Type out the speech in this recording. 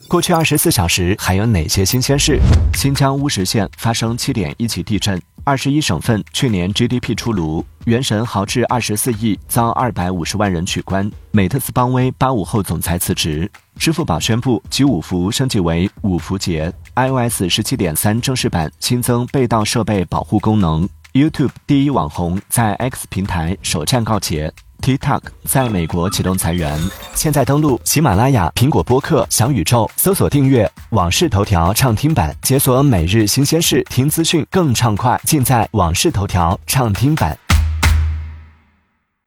过去24小时还有哪些新鲜事？新疆乌什县发生7.1级地震，21省份去年 GDP 出炉，原神豪掷24亿遭250万人取关，美特斯邦威85后总裁辞职，支付宝宣布G5服升级为5福节 ，iOS 17.3正式版新增被盗设备保护功能。YouTube 第一网红在 X 平台首战告捷 ，TikTok 在美国启动裁员。现在登录喜马拉雅、苹果播客、小宇宙，搜索订阅《往事头条》畅听版，解锁每日新鲜事，听资讯更畅快，尽在《往事头条》畅听版。